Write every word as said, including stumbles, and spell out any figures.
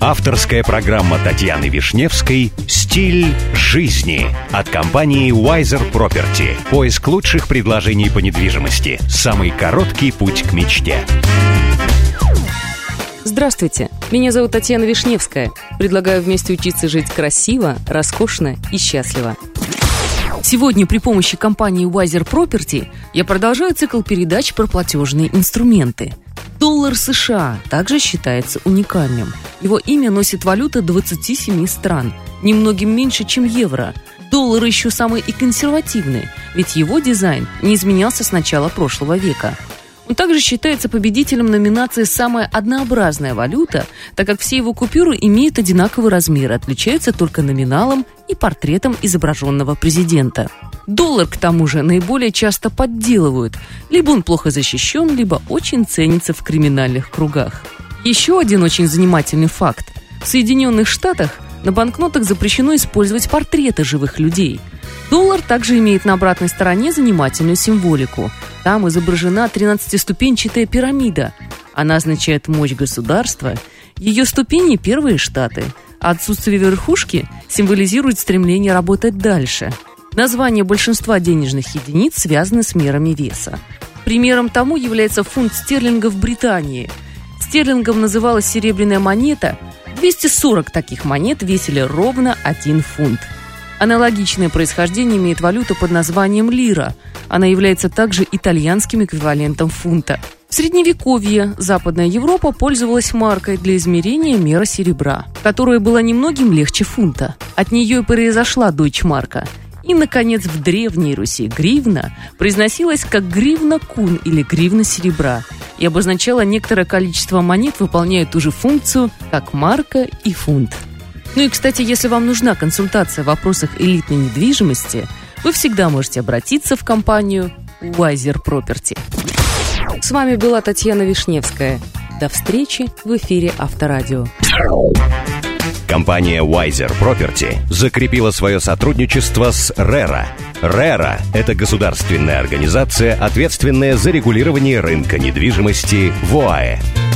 Авторская программа Татьяны Вишневской «Стиль жизни» от компании Wiser Property. Поиск лучших предложений по недвижимости. Самый короткий путь к мечте. Здравствуйте, меня зовут Татьяна Вишневская. Предлагаю вместе учиться жить красиво, роскошно и счастливо. Сегодня при помощи компании Wiser Property я продолжаю цикл передач про платежные инструменты. Доллар США также считается уникальным. Его имя носит валюта двадцати семи стран, немногим меньше, чем евро. Доллар еще самый и консервативный, ведь его дизайн не изменялся с начала прошлого века. Он также считается победителем номинации «Самая однообразная валюта», так как все его купюры имеют одинаковый размер, отличаются только номиналом и портретом изображенного президента. Доллар, к тому же, наиболее часто подделывают. Либо он плохо защищен, либо очень ценится в криминальных кругах. Еще один очень занимательный факт. В Соединенных Штатах на банкнотах запрещено использовать портреты живых людей. Доллар также имеет на обратной стороне занимательную символику. Там изображена тринадцатиступенчатая пирамида. Она означает мощь государства. Ее ступени – первые штаты. А отсутствие верхушки символизирует стремление работать дальше. Название большинства денежных единиц связаны с мерами веса. Примером тому является фунт стерлинга в Британии. Стерлингом называлась серебряная монета. двести сорок таких монет весили ровно один фунт. Аналогичное происхождение имеет валюта под названием лира. Она является также итальянским эквивалентом фунта. В Средневековье Западная Европа пользовалась маркой для измерения меры серебра, которая была немногим легче фунта. От нее и произошла дойчмарка. И, наконец, в Древней Руси гривна произносилась как гривна-кун или гривна серебра и обозначала некоторое количество монет, выполняя ту же функцию, как марка и фунт. Ну и, кстати, если вам нужна консультация в вопросах элитной недвижимости, вы всегда можете обратиться в компанию Wiser Property. С вами была Татьяна Вишневская. До встречи в эфире Авторадио. Компания Wiser Property закрепила свое сотрудничество с рера. рера – это государственная организация, ответственная за регулирование рынка недвижимости в ОАЭ.